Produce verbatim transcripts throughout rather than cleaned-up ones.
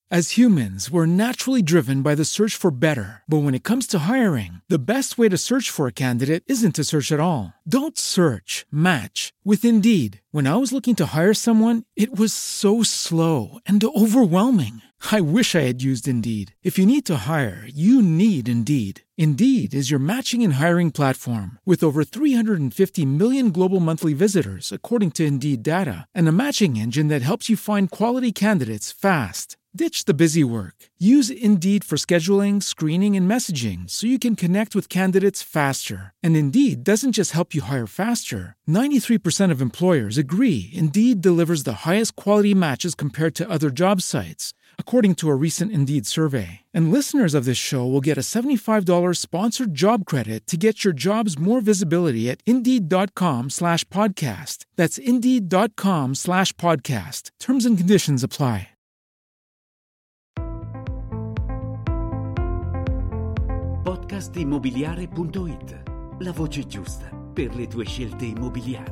As humans, we're naturally driven by the search for better. But when it comes to hiring, the best way to search for a candidate isn't to search at all. Don't search, match with Indeed. When I was looking to hire someone, it was so slow and overwhelming. I wish I had used Indeed. If you need to hire, you need Indeed. Indeed is your matching and hiring platform with over three hundred fifty million global monthly visitors, according to Indeed data, and a matching engine that helps you find quality candidates fast. Ditch the busy work. Use Indeed for scheduling, screening, and messaging so you can connect with candidates faster. And Indeed doesn't just help you hire faster. ninety-three percent of employers agree Indeed delivers the highest quality matches compared to other job sites, according to a recent Indeed survey. And listeners of this show will get a seventy-five dollars sponsored job credit to get your jobs more visibility at Indeed.com slash podcast. That's Indeed.com slash podcast. Terms and conditions apply. podcast immobiliare punto it, la voce giusta per le tue scelte immobiliari.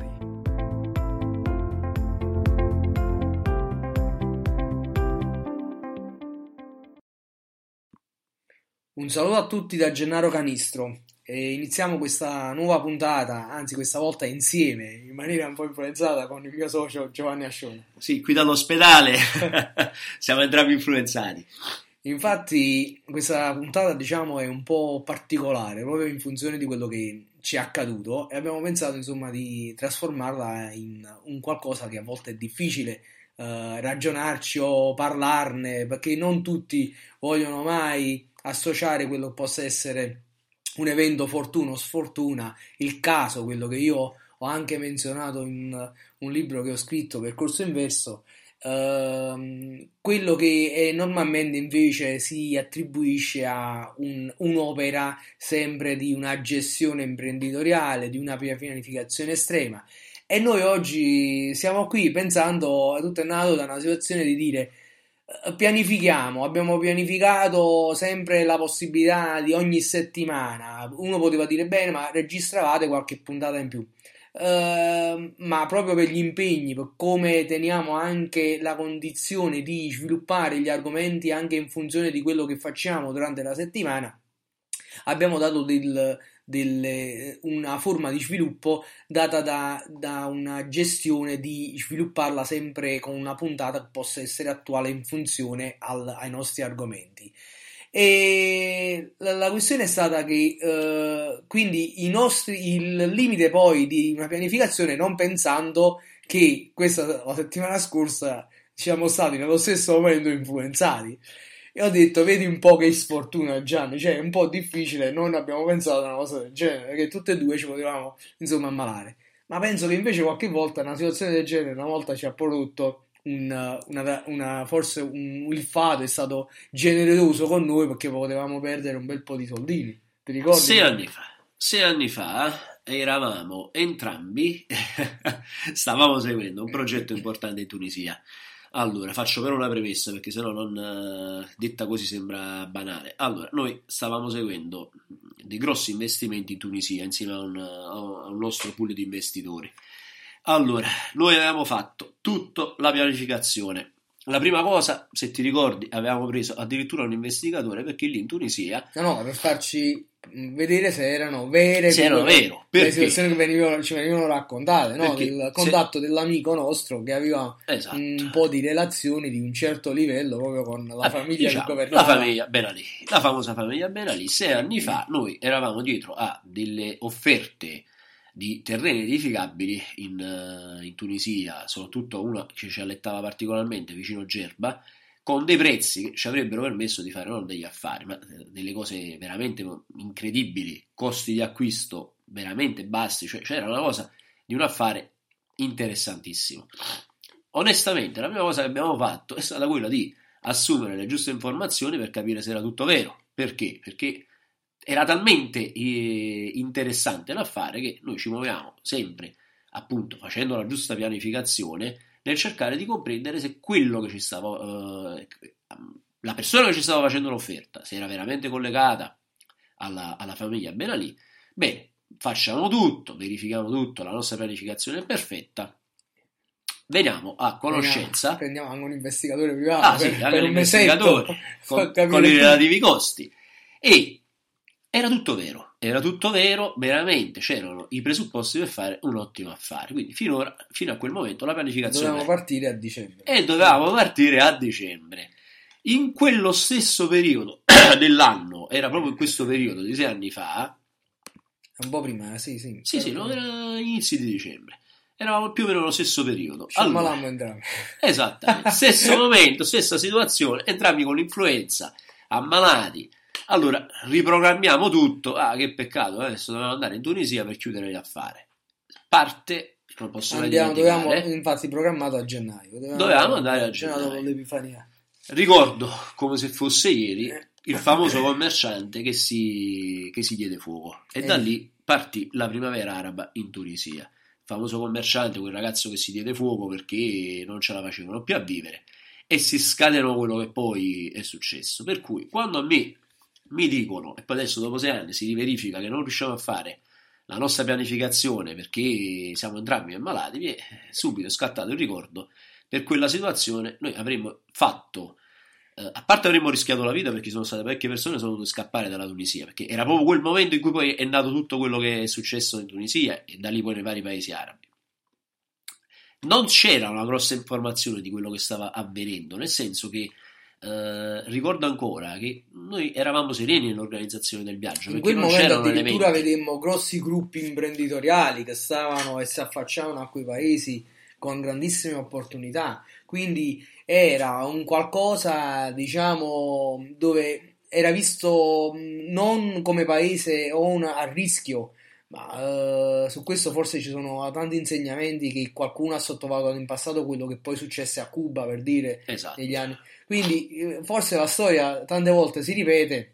Un saluto a tutti da Gennaro Canistro e iniziamo questa nuova puntata, anzi questa volta insieme, in maniera un po' influenzata con il mio socio Giovanni Ascione. Sì, qui dall'ospedale siamo entrambi influenzati. Infatti questa puntata, diciamo, è un po' particolare proprio in funzione di quello che ci è accaduto e abbiamo pensato insomma di trasformarla in un qualcosa che a volte è difficile eh, ragionarci o parlarne, perché non tutti vogliono mai associare quello che possa essere un evento fortuna o sfortuna, il caso, quello che io ho anche menzionato in un libro che ho scritto, Percorso Inverso. Uh, quello che è, normalmente invece si attribuisce a un, un'opera sempre di una gestione imprenditoriale, di una pianificazione estrema, e noi oggi siamo qui pensando, tutto è nato da una situazione di dire uh, pianifichiamo, abbiamo pianificato sempre la possibilità di ogni settimana, uno poteva dire bene ma registravate qualche puntata in più. Uh, ma proprio per gli impegni, per come teniamo anche la condizione di sviluppare gli argomenti anche in funzione di quello che facciamo durante la settimana, abbiamo dato del, del, una forma di sviluppo data da, da una gestione di svilupparla sempre con una puntata che possa essere attuale in funzione al, ai nostri argomenti. E la, la questione è stata che eh, quindi i nostri, il limite poi di una pianificazione, non pensando che questa la settimana scorsa siamo stati nello stesso momento influenzati, e ho detto vedi un po' che sfortuna Gianni, cioè è un po' difficile, non abbiamo pensato a una cosa del genere, che tutte e due ci potevamo insomma ammalare, ma penso che invece qualche volta una situazione del genere una volta ci ha prodotto Una, una, una, forse un, il fato è stato generoso con noi perché potevamo perdere un bel po' di soldini. Ti ricordi? Sei anni fa, sei anni fa eravamo entrambi, stavamo seguendo un progetto importante in Tunisia. Allora, faccio però una premessa perché sennò non detta così sembra banale. Allora, noi stavamo seguendo dei grossi investimenti in Tunisia insieme a un, a un nostro pool di investitori. Allora, noi avevamo fatto tutta la pianificazione. La prima cosa, se ti ricordi, avevamo preso addirittura un investigatore perché lì in Tunisia... No, no, per farci vedere se erano vere, se erano vero, le situazioni che venivano, ci venivano raccontate, no? Del contatto se... dell'amico nostro che aveva esatto. un po' di relazioni di un certo livello proprio con la ah, famiglia diciamo, che governava. La famiglia Ben Ali, la famosa famiglia Ben Ali. Sei anni fa noi eravamo dietro a delle offerte di terreni edificabili in, uh, in Tunisia, soprattutto una che ci allettava particolarmente vicino Gerba, con dei prezzi che ci avrebbero permesso di fare non degli affari, ma delle cose veramente incredibili, costi di acquisto veramente bassi, cioè c'era una cosa di un affare interessantissimo. Onestamente la prima cosa che abbiamo fatto è stata quella di assumere le giuste informazioni per capire se era tutto vero. Perché? Perché era talmente eh, interessante l'affare che noi ci muoviamo sempre, appunto, facendo la giusta pianificazione nel cercare di comprendere se quello che ci stava, eh, la persona che ci stava facendo l'offerta, se era veramente collegata alla, alla famiglia Ben Ali. Bene, facciamo tutto, verifichiamo tutto, la nostra pianificazione è perfetta. veniamo a conoscenza. Prendiamo anche un investigatore privato ah, per, sì, anche per un investigatore con, con i relativi costi. E era tutto vero, era tutto vero, veramente c'erano i presupposti per fare un ottimo affare. Quindi finora, fino a quel momento la pianificazione. Dovevamo partire a dicembre. E dovevamo partire a dicembre. In quello stesso periodo dell'anno, era proprio in questo periodo di sei anni fa. Un po' prima, sì, sì. Sì, sì, no, era inizi di dicembre. Eravamo più o meno nello stesso periodo. Ci allora, ammalammo entrambi. Esattamente, stesso momento, stessa situazione, entrambi con l'influenza, ammalati. Allora, riprogrammiamo tutto. Ah, che peccato, adesso dobbiamo andare in Tunisia per chiudere l'affare. Parte, non posso mai Andiamo, dimenticare. dovevamo, infatti, programmato a gennaio. Dovevamo, Dovevamo andare a gennaio. Dopo l'Epifania. Ricordo, come se fosse ieri, il famoso commerciante che si, che si diede fuoco. E da lì partì la primavera araba in Tunisia. Il famoso commerciante, quel ragazzo che si diede fuoco perché non ce la facevano più a vivere. E si scatenò quello che poi è successo. Per cui, quando a me mi dicono, e poi adesso dopo sei anni si riverifica che non riusciamo a fare la nostra pianificazione perché siamo entrambi ammalati, mi è subito scattato il ricordo. Per quella situazione noi avremmo fatto, eh, a parte avremmo rischiato la vita perché sono state parecchie persone che sono dovute scappare dalla Tunisia, perché era proprio quel momento in cui poi è nato tutto quello che è successo in Tunisia e da lì poi nei vari paesi arabi. Non c'era una grossa informazione di quello che stava avvenendo, nel senso che eh, ricordo ancora che noi eravamo sereni nell'organizzazione del viaggio. In perché quel non momento c'erano addirittura elementi. vedemmo grossi gruppi imprenditoriali che stavano e si affacciavano a quei paesi con grandissime opportunità, quindi era un qualcosa, diciamo, dove era visto non come paese o un, a rischio, ma uh, su questo forse ci sono tanti insegnamenti che qualcuno ha sottovalutato in passato, quello che poi successe a Cuba, per dire, Esatto. negli anni. Quindi forse la storia tante volte si ripete,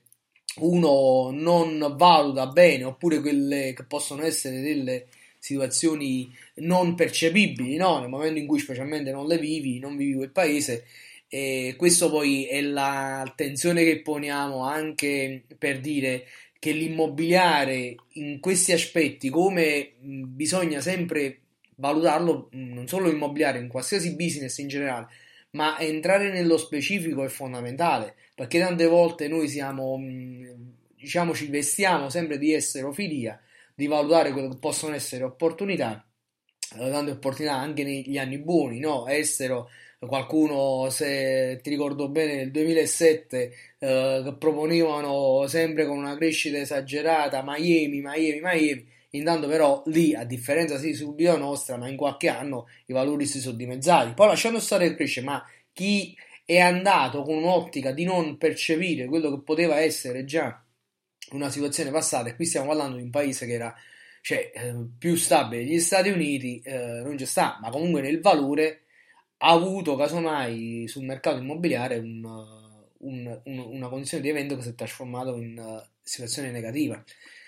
uno non valuta bene, oppure quelle che possono essere delle situazioni non percepibili, no? Nel momento in cui specialmente non le vivi, non vivi quel paese, e questo poi è l'attenzione che poniamo anche per dire che l'immobiliare in questi aspetti, come mh, bisogna sempre valutarlo, mh, non solo l'immobiliare, in qualsiasi business in generale, ma entrare nello specifico è fondamentale, perché tante volte noi siamo, mh, diciamo, ci vestiamo sempre di esserofilia, di valutare quello che possono essere opportunità, eh, tante opportunità anche negli anni buoni, no? Estero, qualcuno, se ti ricordo bene, nel duemilasette eh, che proponevano sempre con una crescita esagerata Miami, Miami, Miami, intanto però lì, a differenza sì subito nostra, ma in qualche anno i valori si sono dimezzati. Poi lasciando stare il crescere, ma chi è andato con un'ottica di non percepire quello che poteva essere già una situazione passata, e qui stiamo parlando di un paese che era, cioè, eh, più stabile degli Stati Uniti, eh, non ci sta, ma comunque nel valore ha avuto casomai sul mercato immobiliare un, un, un, una condizione di evento che si è trasformato in uh, situazione negativa,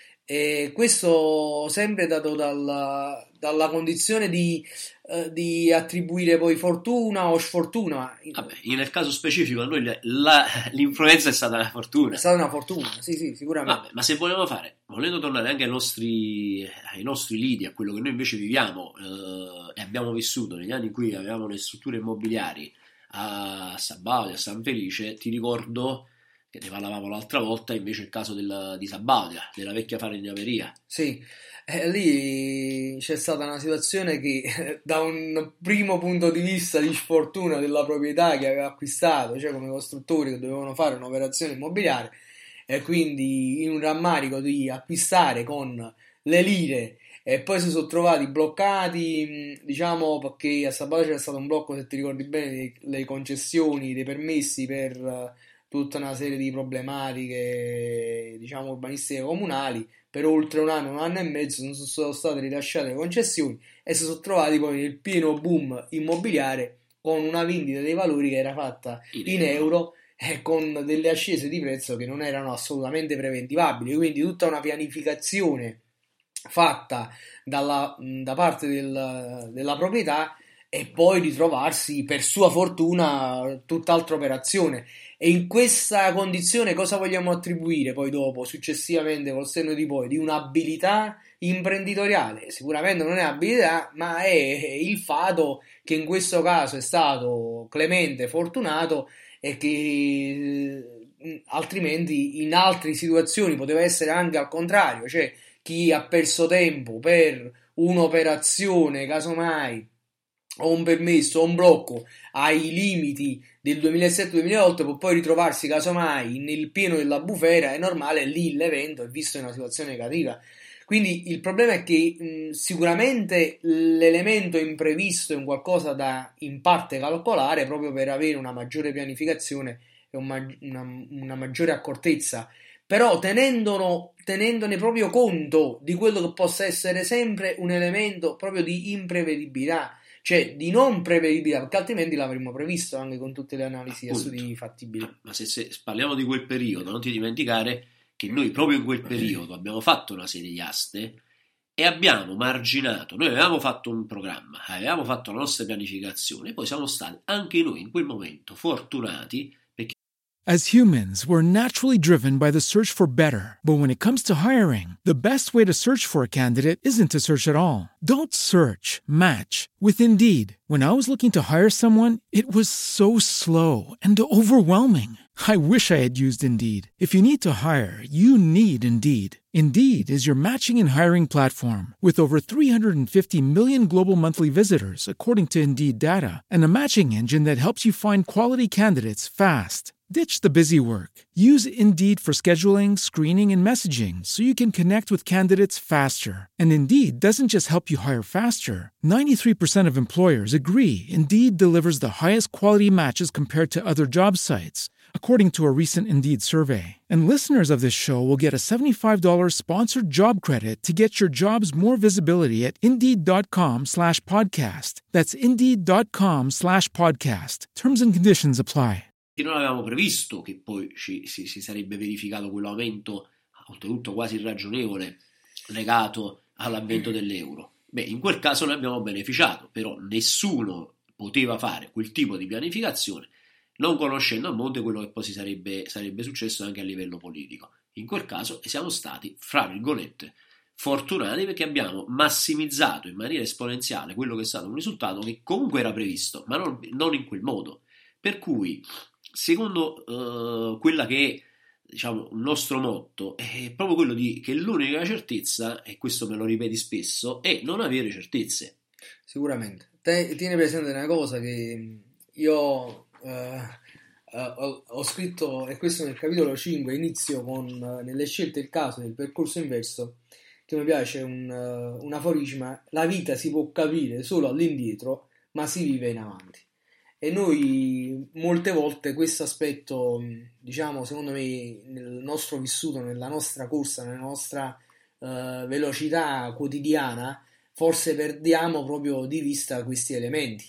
e questo sempre dato dalla, dalla condizione di, uh, di attribuire poi fortuna o sfortuna. Vabbè, nel caso specifico a noi la, la, l'influenza è stata una fortuna. È stata una fortuna, sì sì, sicuramente. Vabbè, ma se vogliamo fare, volendo tornare anche ai nostri, ai nostri lidi, a quello che noi invece viviamo eh, e abbiamo vissuto negli anni in cui avevamo le strutture immobiliari a Sabaudia, a San Felice, ti ricordo che ne parlavamo l'altra volta invece il caso del, di Sabaudia, della vecchia falegnameria. Sì, eh, lì c'è stata una situazione che da un primo punto di vista di sfortuna della proprietà che aveva acquistato, cioè come costruttori che dovevano fare un'operazione immobiliare, e quindi in un rammarico di acquistare con le lire, e poi si sono trovati bloccati, diciamo, perché a Sabaudia c'era stato un blocco, se ti ricordi bene, delle concessioni, dei permessi per tutta una serie di problematiche, diciamo, urbanistiche comunali. Per oltre un anno, un anno e mezzo non sono state rilasciate le concessioni e si sono trovati poi nel pieno boom immobiliare con una vendita dei valori che era fatta in, in euro e con delle ascese di prezzo che non erano assolutamente preventivabili. Quindi tutta una pianificazione fatta dalla, da parte del, della proprietà, e poi ritrovarsi per sua fortuna tutt'altra operazione. E in questa condizione cosa vogliamo attribuire poi dopo, successivamente, col senno di poi, di un'abilità imprenditoriale, sicuramente non è abilità, ma è il fato che in questo caso è stato clemente, fortunato, e che eh, altrimenti in altre situazioni poteva essere anche al contrario, cioè chi ha perso tempo per un'operazione, casomai, o un permesso o un blocco ai limiti del duemilasette duemilaotto, può poi ritrovarsi casomai nel pieno della bufera. È normale, lì l'evento è visto in una situazione negativa. Quindi il problema è che mh, sicuramente l'elemento imprevisto è un qualcosa da in parte calcolare, proprio per avere una maggiore pianificazione e un ma- una, una maggiore accortezza, però tenendone, tenendone proprio conto di quello che possa essere sempre un elemento proprio di imprevedibilità, cioè di non prevedibilità, perché altrimenti l'avremmo previsto anche con tutte le analisi e studi fattibili. Ma se, se parliamo di quel periodo, non ti dimenticare che noi proprio in quel periodo abbiamo fatto una serie di aste e abbiamo marginato, noi avevamo fatto un programma, avevamo fatto la nostra pianificazione, e poi siamo stati anche noi in quel momento fortunati perché As humans, we're naturally driven by the search for better. But when it comes to hiring, the best way to search for a candidate isn't to search at all. Don't search, match with Indeed. When I was looking to hire someone, it was so slow and overwhelming. I wish I had used Indeed. If you need to hire, you need Indeed. Indeed is your matching and hiring platform with over three hundred fifty million global monthly visitors, according to Indeed data, and a matching engine that helps you find quality candidates fast. Ditch the busy work. Use Indeed for scheduling, screening, and messaging so you can connect with candidates faster. And Indeed doesn't just help you hire faster. ninety-three percent of employers agree Indeed delivers the highest quality matches compared to other job sites, according to a recent Indeed survey. And listeners of this show will get a seventy-five dollars sponsored job credit to get your jobs more visibility at Indeed.com slash podcast. That's Indeed.com slash podcast. Terms and conditions apply. che non avevamo previsto che poi ci, si, si sarebbe verificato quell'aumento, oltretutto quasi irragionevole, legato all'avvento dell'euro. Beh, in quel caso noi abbiamo beneficiato, però nessuno poteva fare quel tipo di pianificazione non conoscendo a monte quello che poi si sarebbe, sarebbe successo anche a livello politico. In quel caso siamo stati, fra virgolette, fortunati perché abbiamo massimizzato in maniera esponenziale quello che è stato un risultato che comunque era previsto, ma non, non in quel modo. Per cui, secondo uh, quella che è, diciamo, il nostro motto, è proprio quello di che l'unica certezza, e questo me lo ripeti spesso, è non avere certezze. Sicuramente. Te, tieni presente una cosa che io uh, uh, ho, ho scritto, e questo nel capitolo cinque, inizio con uh, nelle scelte il caso del percorso inverso, che mi piace un, uh, un aforisma: la vita si può capire solo all'indietro, ma si vive in avanti. E noi molte volte questo aspetto, diciamo, secondo me, nel nostro vissuto, nella nostra corsa, nella nostra uh, velocità quotidiana, forse perdiamo proprio di vista questi elementi.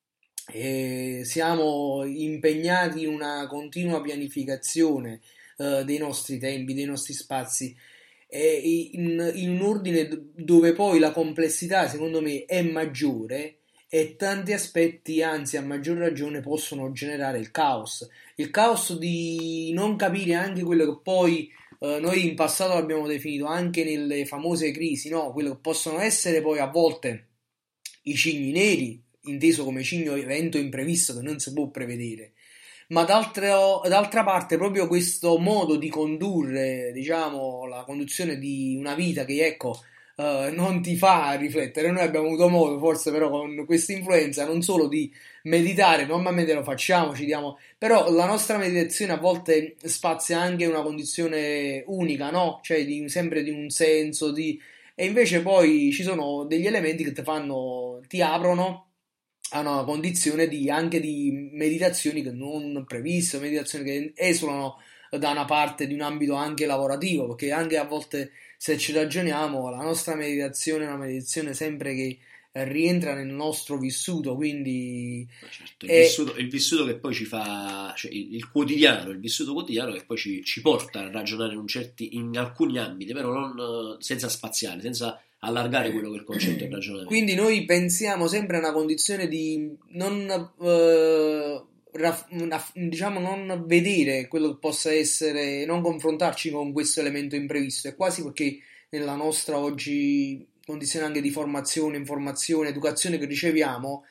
E siamo impegnati in una continua pianificazione uh, dei nostri tempi, dei nostri spazi, e in, in un ordine dove poi la complessità, secondo me, è maggiore. E tanti aspetti, anzi a maggior ragione, possono generare il caos. Il caos di non capire anche quello che poi eh, noi in passato abbiamo definito anche nelle famose crisi, no? Quello che possono essere poi a volte i cigni neri, inteso come cigno evento imprevisto che non si può prevedere. Ma d'altra, d'altra parte proprio questo modo di condurre, diciamo, la conduzione di una vita che, ecco, Uh, non ti fa riflettere. Noi abbiamo avuto modo, forse però con questa influenza, non solo di meditare, normalmente lo facciamo, ci diamo, però la nostra meditazione a volte spazia anche una condizione unica, no? Cioè di, sempre di un senso, di... e invece poi ci sono degli elementi che ti fanno, ti aprono a una condizione di, anche di meditazioni che non previste, meditazioni che esulano da una parte di un ambito anche lavorativo, perché anche a volte, se ci ragioniamo, la nostra meditazione è una meditazione sempre che rientra nel nostro vissuto, quindi certo, il, è... vissuto, il vissuto che poi ci fa, cioè il, il quotidiano, il vissuto quotidiano che poi ci, ci porta a ragionare in, un certi, in alcuni ambiti, però non senza spaziare, senza allargare quello che è il concetto del ragionamento. Quindi noi pensiamo sempre a una condizione di non... Uh, diciamo non vedere quello che possa essere, non confrontarci con questo elemento imprevisto, è quasi perché nella nostra oggi condizione anche di formazione, informazione, educazione che riceviamo,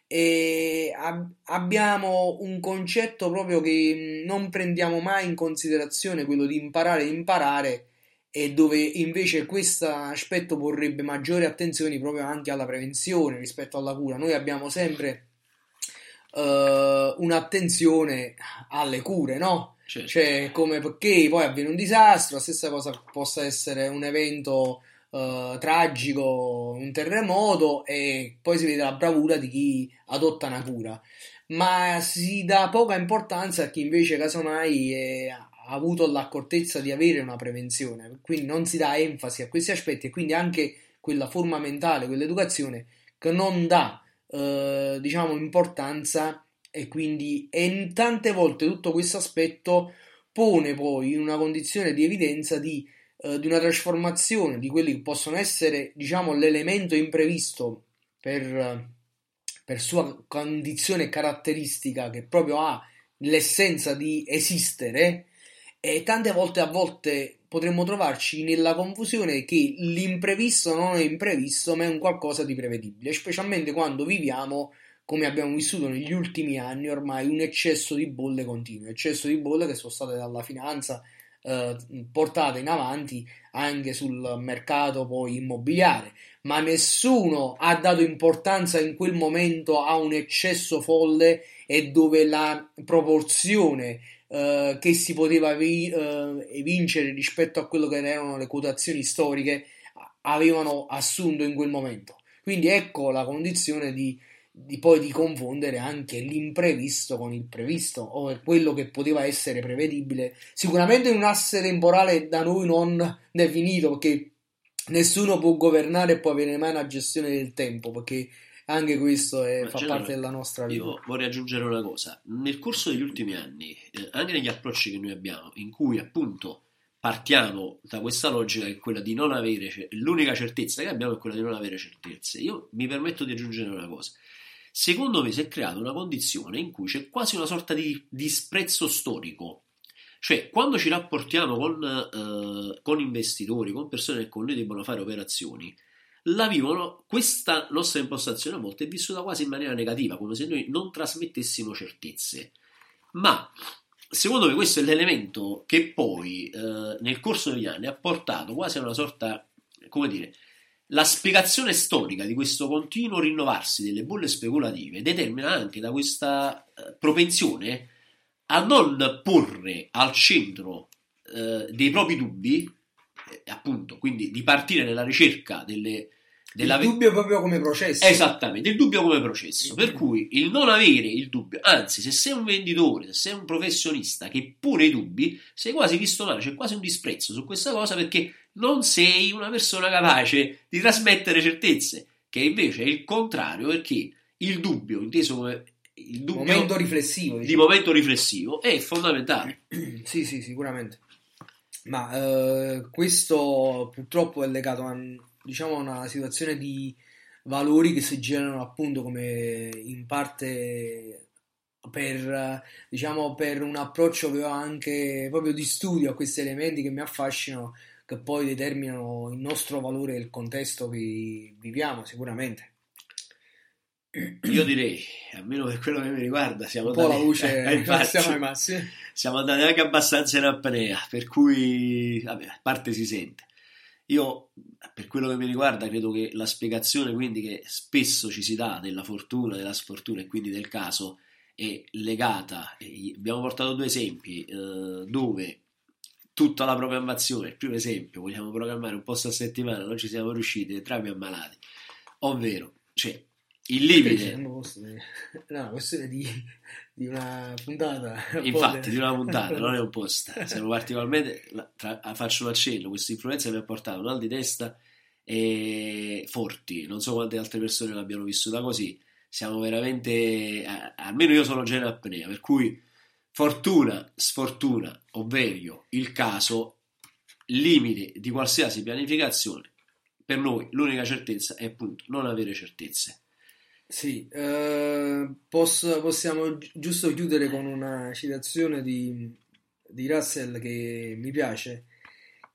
e ab- abbiamo un concetto proprio che non prendiamo mai in considerazione, quello di imparare e imparare, e dove invece questo aspetto porrebbe maggiore attenzione proprio anche alla prevenzione rispetto alla cura. Noi abbiamo sempre uh, un'attenzione alle cure, no? Certo. Cioè, come perché poi avviene un disastro, la stessa cosa possa essere un evento uh, tragico, un terremoto, e poi si vede la bravura di chi adotta una cura, ma si dà poca importanza a chi invece casomai è, ha avuto l'accortezza di avere una prevenzione, quindi non si dà enfasi a questi aspetti, e quindi anche quella forma mentale, quell'educazione che non dà uh, diciamo importanza. E quindi e tante volte tutto questo aspetto pone poi in una condizione di evidenza di, eh, di una trasformazione di quelli che possono essere, diciamo, l'elemento imprevisto per, per sua condizione caratteristica, che proprio ha l'essenza di esistere, e tante volte a volte potremmo trovarci nella confusione che l'imprevisto non è imprevisto ma è un qualcosa di prevedibile, specialmente quando viviamo, come abbiamo vissuto negli ultimi anni, ormai un eccesso di bolle continue, eccesso di bolle che sono state dalla finanza eh, portate in avanti anche sul mercato poi immobiliare, ma nessuno ha dato importanza in quel momento a un eccesso folle, e dove la proporzione eh, che si poteva vi- eh, vincere rispetto a quello che erano le quotazioni storiche avevano assunto in quel momento. Quindi ecco la condizione di di poi di confondere anche l'imprevisto con il previsto, o quello che poteva essere prevedibile, sicuramente in un asse temporale da noi non definito, perché nessuno può governare e può avere mai una gestione del tempo, perché anche questo è, Ma fa generale, parte della nostra vita. Io vorrei aggiungere una cosa: nel corso degli ultimi anni, eh, anche negli approcci che noi abbiamo, in cui appunto partiamo da questa logica che è quella di non avere, l'unica certezza che abbiamo è quella di non avere certezze, io mi permetto di aggiungere una cosa. Secondo me si è creata una condizione in cui c'è quasi una sorta di disprezzo storico, cioè quando ci rapportiamo con, eh, con investitori, con persone che con noi debbono fare operazioni, la vivono, questa nostra impostazione a volte è vissuta quasi in maniera negativa, come se noi non trasmettessimo certezze. Ma secondo me questo è l'elemento che poi eh, nel corso degli anni ha portato quasi a una sorta, come dire, la spiegazione storica di questo continuo rinnovarsi delle bolle speculative determina anche da questa eh, propensione a non porre al centro eh, dei propri dubbi, eh, appunto, quindi di partire nella ricerca delle, della il dubbio proprio come processo. Esattamente, il dubbio come processo, per cui il non avere il dubbio, anzi, se sei un venditore, se sei un professionista che pure i dubbi, sei quasi visto male, c'è quasi un disprezzo su questa cosa, perché non sei una persona capace di trasmettere certezze, che invece è il contrario, perché il dubbio, inteso come il dubbio momento riflessivo, di diciamo. momento riflessivo, è fondamentale. Sì, sì, sicuramente. Ma eh, questo purtroppo è legato a, diciamo, a una situazione di valori che si generano appunto come in parte per, diciamo, per un approccio che ho anche proprio di studio a questi elementi che mi affascinano, che poi determinano il nostro valore e il contesto che viviamo sicuramente. Io direi, almeno per quello che mi riguarda, siamo un po' andati, la luce eh, infatti, siamo ai massimi. Siamo andati anche abbastanza in apnea, per cui, vabbè, a parte si sente. Io, per quello che mi riguarda, credo che la spiegazione quindi che spesso ci si dà della fortuna, della sfortuna e quindi del caso è legata, e abbiamo portato due esempi eh, dove tutta la programmazione, il primo esempio, vogliamo programmare un posto a settimana, non ci siamo riusciti, entrambi ammalati, ovvero, cioè, il limite, no, una questione di, di una puntata, infatti, di una puntata, non è un post. Siamo particolarmente, tra, faccio un accenno, questa influenza mi ha portato mal di testa e forti. Non so quante altre persone l'abbiano vissuta così. Siamo veramente, eh, almeno io sono già in apnea, per cui fortuna, sfortuna, ovvero il caso, limite di qualsiasi pianificazione. Per noi l'unica certezza è appunto non avere certezze. Sì, eh, posso, possiamo gi- giusto chiudere con una citazione di, di Russell che mi piace,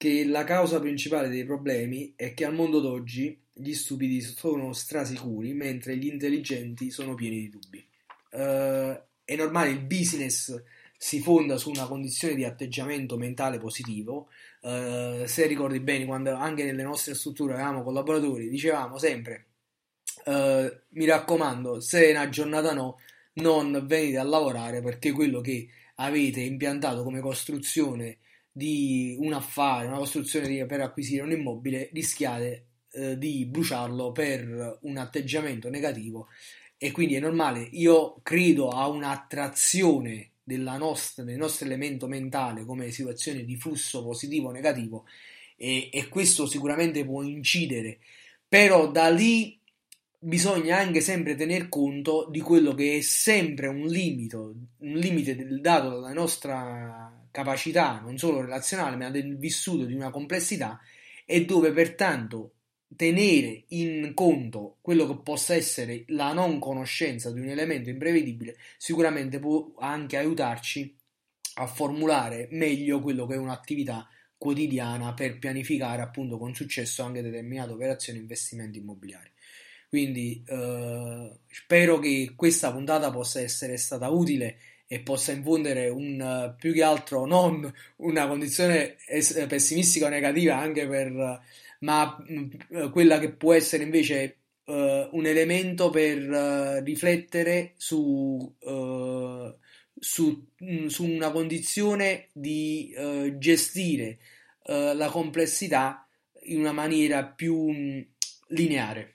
che la causa principale dei problemi è che al mondo d'oggi gli stupidi sono strasicuri, mentre gli intelligenti sono pieni di dubbi. Uh, è normale, il business si fonda su una condizione di atteggiamento mentale positivo. Uh, se ricordi bene, quando anche nelle nostre strutture avevamo collaboratori, dicevamo sempre uh, mi raccomando, se è una giornata no, non venite a lavorare, perché quello che avete impiantato come costruzione di un affare, una costruzione di, per acquisire un immobile, rischiate eh, di bruciarlo per un atteggiamento negativo. E quindi è normale. Io credo a un'attrazione della nostra, del nostro elemento mentale come situazione di flusso positivo o negativo, e, e questo sicuramente può incidere, però da lì bisogna anche sempre tener conto di quello che è sempre un limite, un limite dato dalla nostra capacità non solo relazionale ma del vissuto di una complessità, e dove pertanto tenere in conto quello che possa essere la non conoscenza di un elemento imprevedibile sicuramente può anche aiutarci a formulare meglio quello che è un'attività quotidiana per pianificare appunto con successo anche determinate operazioni e investimenti immobiliari. Quindi eh, spero che questa puntata possa essere stata utile e possa infondere un, più che altro non una condizione es- pessimistica o negativa anche per, ma mh, quella che può essere invece uh, un elemento per uh, riflettere su, uh, su, mh, su una condizione di uh, gestire uh, la complessità in una maniera più mh, lineare.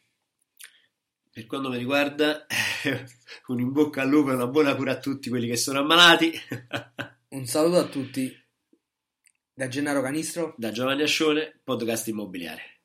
Per quanto mi riguarda, un in bocca al lupo e una buona cura a tutti quelli che sono ammalati. Un saluto a tutti da Gennaro Canistro, da Giovanni Ascione, Podcast Immobiliare.